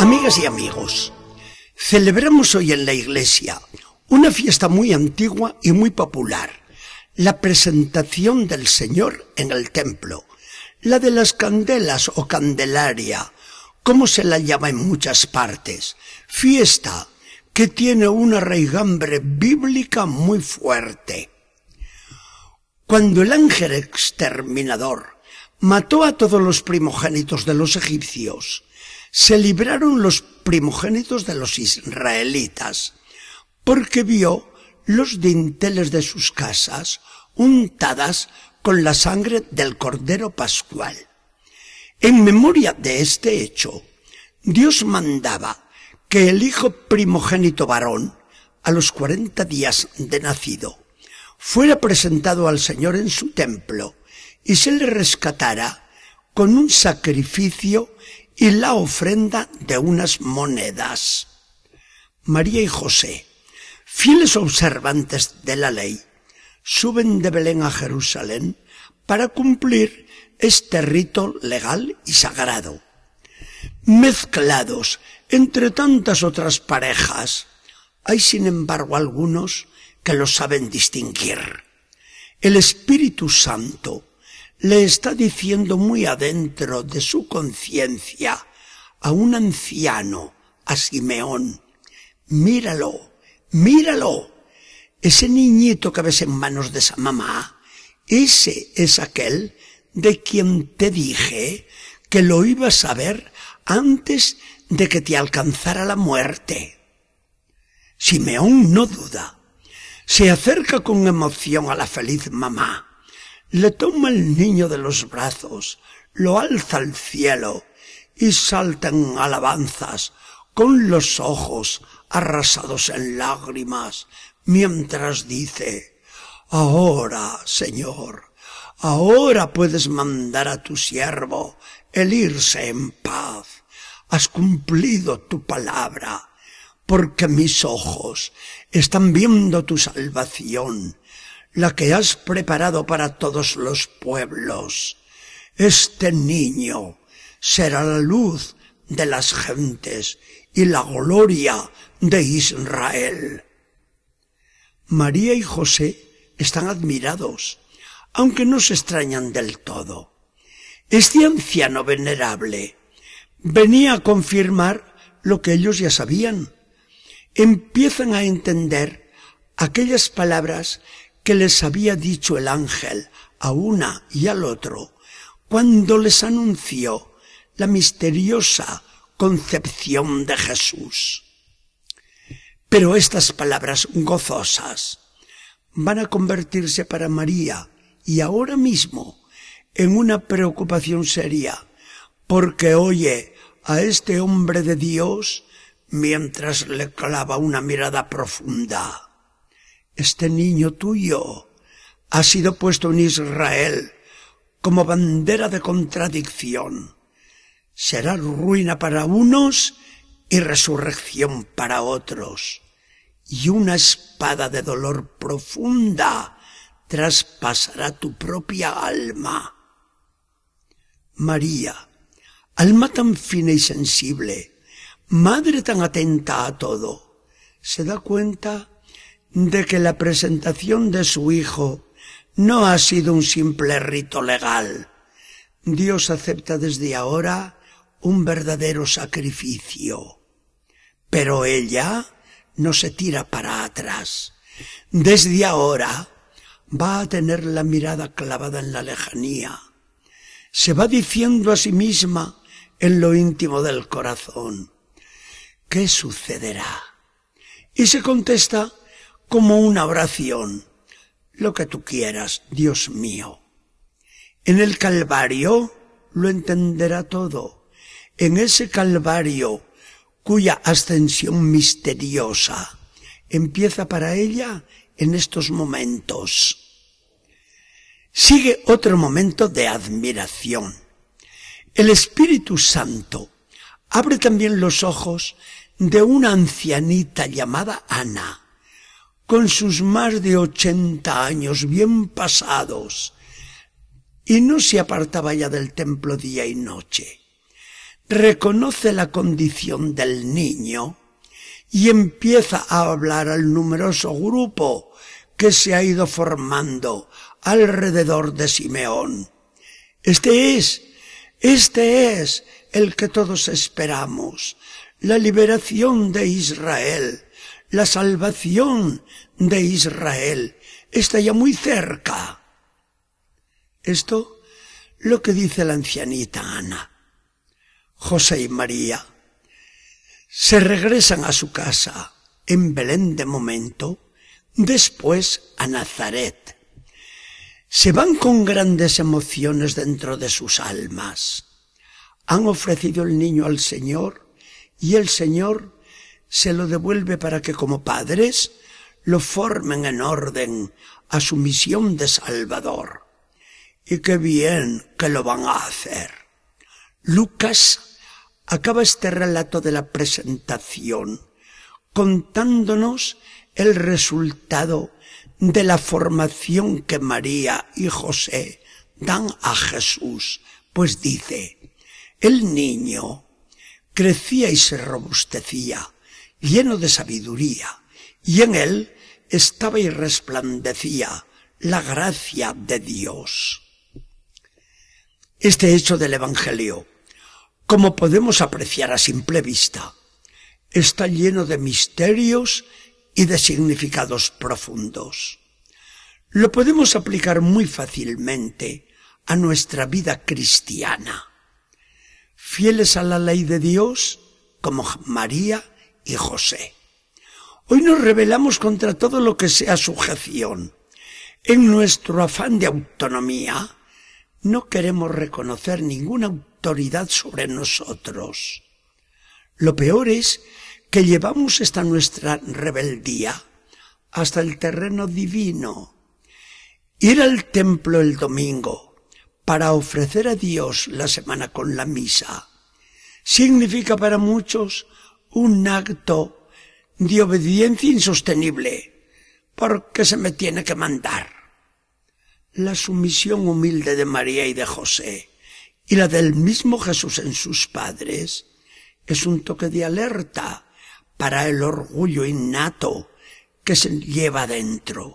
Amigas y amigos, celebramos hoy en la iglesia una fiesta muy antigua y muy popular, la presentación del Señor en el templo, la de las candelas o candelaria, como se la llama en muchas partes, fiesta que tiene una raigambre bíblica muy fuerte. Cuando el ángel exterminador mató a todos los primogénitos de los egipcios, se libraron los primogénitos de los israelitas, porque vio los dinteles de sus casas untadas con la sangre del Cordero Pascual. En memoria de este hecho, Dios mandaba que el hijo primogénito varón, a los 40 días de nacido, fuera presentado al Señor en su templo y se le rescatara con un sacrificio y la ofrenda de unas monedas. María y José, fieles observantes de la ley, suben de Belén a Jerusalén para cumplir este rito legal y sagrado. Mezclados entre tantas otras parejas, hay sin embargo algunos que lo saben distinguir. El Espíritu Santo le está diciendo muy adentro de su conciencia a un anciano, a Simeón: míralo, míralo, ese niñito que ves en manos de esa mamá, ese es aquel de quien te dije que lo ibas a ver antes de que te alcanzara la muerte. Simeón no duda, se acerca con emoción a la feliz mamá, le toma el niño de los brazos, lo alza al cielo y salta en alabanzas con los ojos arrasados en lágrimas, mientras dice: ahora, Señor, ahora puedes mandar a tu siervo el irse en paz. Has cumplido tu palabra, porque mis ojos están viendo tu salvación, la que has preparado para todos los pueblos. Este niño será la luz de las gentes y la gloria de Israel. María y José están admirados, aunque no se extrañan del todo. Este anciano venerable venía a confirmar lo que ellos ya sabían. Empiezan a entender aquellas palabras que les había dicho el ángel a una y al otro cuando les anunció la misteriosa concepción de Jesús. Pero estas palabras gozosas van a convertirse para María, y ahora mismo, en una preocupación seria, porque oye a este hombre de Dios mientras le clava una mirada profunda. Este niño tuyo ha sido puesto en Israel como bandera de contradicción. Será ruina para unos y resurrección para otros. Y una espada de dolor profunda traspasará tu propia alma. María, alma tan fina y sensible, madre tan atenta a todo, se da cuenta de que la presentación de su hijo no ha sido un simple rito legal. Dios acepta desde ahora un verdadero sacrificio. Pero ella no se tira para atrás. Desde ahora va a tener la mirada clavada en la lejanía. Se va diciendo a sí misma en lo íntimo del corazón: ¿qué sucederá? Y se contesta como una oración: lo que tú quieras, Dios mío. En el Calvario lo entenderá todo. En ese Calvario, cuya ascensión misteriosa empieza para ella en estos momentos. Sigue otro momento de admiración. El Espíritu Santo abre también los ojos de una ancianita llamada Ana, con sus más de 80 años bien pasados, y no se apartaba ya del templo día y noche. reconoce la condición del niño y empieza a hablar al numeroso grupo que se ha ido formando alrededor de Simeón. Este es el que todos esperamos, la liberación de Israel, la salvación de Israel, está ya muy cerca. Esto lo que dice la ancianita Ana. José y María se regresan a su casa en Belén de momento, después a Nazaret. Se van con grandes emociones dentro de sus almas. Han ofrecido el niño al Señor y el Señor se lo devuelve para que como padres lo formen en orden a su misión de Salvador. Y qué bien que lo van a hacer. Lucas acaba este relato de la presentación contándonos el resultado de la formación que María y José dan a Jesús, pues dice: el niño crecía y se robustecía, lleno de sabiduría, y en él estaba y resplandecía la gracia de Dios. Este hecho del Evangelio, como podemos apreciar a simple vista, está lleno de misterios y de significados profundos. Lo podemos aplicar muy fácilmente a nuestra vida cristiana. Fieles a la ley de Dios, como María y José. Hoy nos rebelamos contra todo lo que sea sujeción. En nuestro afán de autonomía, no queremos reconocer ninguna autoridad sobre nosotros. Lo peor es que llevamos esta nuestra rebeldía hasta el terreno divino. Ir al templo el domingo para ofrecer a Dios la semana con la misa significa para muchos un acto de obediencia insostenible, porque se me tiene que mandar. La sumisión humilde de María y de José y la del mismo Jesús en sus padres es un toque de alerta para el orgullo innato que se lleva dentro.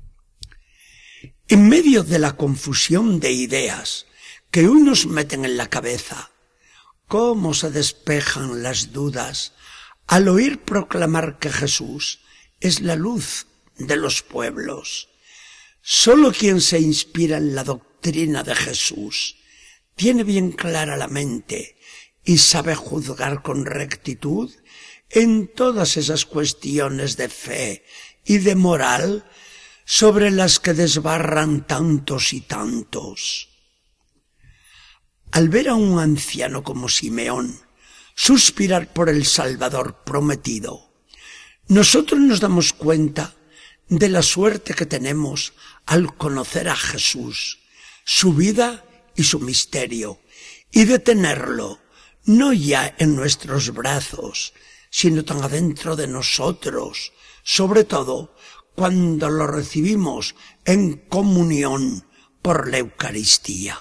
En medio de la confusión de ideas que hoy nos meten en la cabeza, ¿cómo se despejan las dudas al oír proclamar que Jesús es la luz de los pueblos? Solo quien se inspira en la doctrina de Jesús tiene bien clara la mente y sabe juzgar con rectitud en todas esas cuestiones de fe y de moral sobre las que desbarran tantos y tantos. Al ver a un anciano como Simeón suspirar por el Salvador prometido, nosotros nos damos cuenta de la suerte que tenemos al conocer a Jesús, su vida y su misterio, y de tenerlo no ya en nuestros brazos, sino tan adentro de nosotros, sobre todo cuando lo recibimos en comunión por la Eucaristía.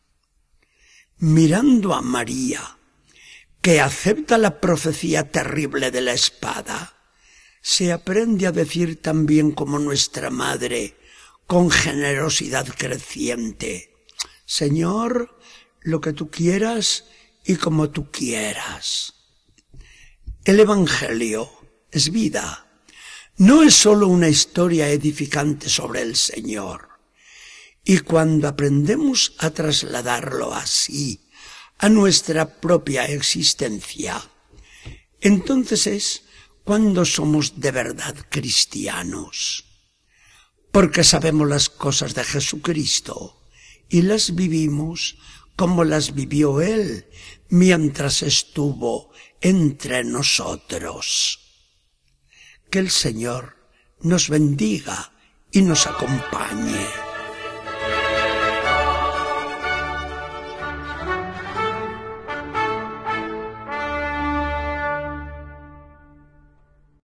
Mirando a María, que acepta la profecía terrible de la espada, se aprende a decir también como nuestra Madre, con generosidad creciente: Señor, lo que tú quieras y como tú quieras. El Evangelio es vida. No es sólo una historia edificante sobre el Señor. Y cuando aprendemos a trasladarlo así a nuestra propia existencia, entonces es cuando somos de verdad cristianos. Porque sabemos las cosas de Jesucristo y las vivimos como las vivió Él mientras estuvo entre nosotros. Que el Señor nos bendiga y nos acompañe.